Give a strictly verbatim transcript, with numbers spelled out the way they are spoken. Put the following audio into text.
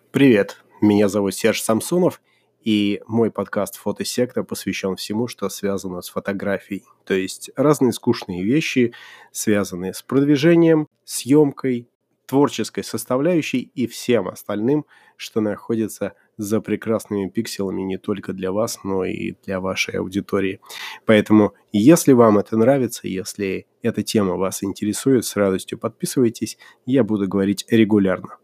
Привет, меня зовут Серж Самсонов, и мой подкаст «Фотосекта» посвящен всему, что связано с фотографией. То есть разные скучные вещи, связанные с продвижением, съемкой, творческой составляющей и всем остальным, что находится за прекрасными пикселами не только для вас, но и для вашей аудитории. Поэтому, если вам это нравится, если эта тема вас интересует, с радостью подписывайтесь, я буду говорить регулярно.